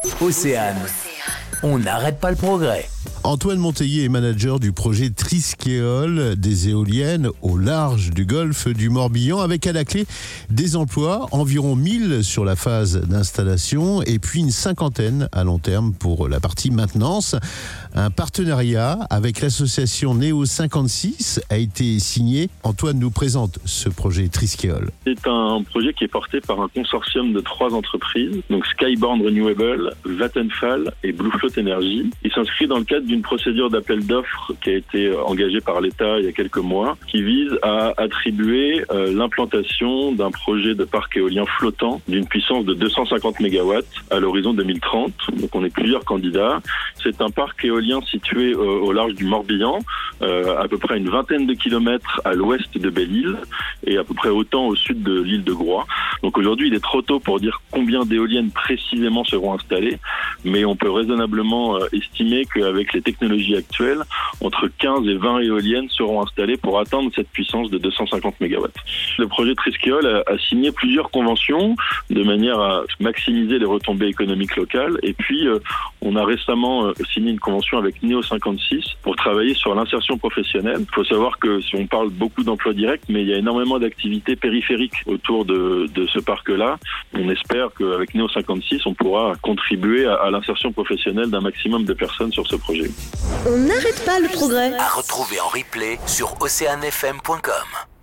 Océane. On n'arrête pas le progrès. Antoine Monteiller est manager du projet Triskeol, des éoliennes au large du golfe du Morbihan, avec à la clé des emplois, environ 1000 sur la phase d'installation et puis une cinquantaine à long terme pour la partie maintenance. Un partenariat avec l'association Néo 56 a été signé. Antoine nous présente ce projet Triskeol. C'est un projet qui est porté par un consortium de 3 entreprises, donc Skyborn Renewable, Vattenfall et Bluefloat Energy. Il s'inscrit dans le cadre d'une procédure d'appel d'offres qui a été engagée par l'État il y a quelques mois, qui vise à attribuer l'implantation d'un projet de parc éolien flottant d'une puissance de 250 MW à l'horizon 2030. Donc on est plusieurs candidats. C'est un parc éolien situé au large du Morbihan, à peu près une vingtaine de kilomètres à l'ouest de Belle-Île et à peu près autant au sud de l'île de Groix. Donc aujourd'hui, il est trop tôt pour dire combien d'éoliennes précisément seront installées, mais on peut raisonnablement estimer qu'avec les technologies actuelles, entre 15 et 20 éoliennes seront installées pour atteindre cette puissance de 250 MW. Le projet Triskeol a signé plusieurs conventions de manière à maximiser les retombées économiques locales. Et puis, on a récemment signé une convention avec Néo 56 pour travailler sur l'insertion professionnelle. Il faut savoir que si on parle beaucoup d'emplois directs, mais il y a énormément d'activités périphériques autour de ce parc-là. On espère qu'avec Néo 56, on pourra contribuer à l'insertion professionnelle d'un maximum de personnes sur ce projet. On n'arrête pas le progrès. À retrouver en replay sur oceanfm.com.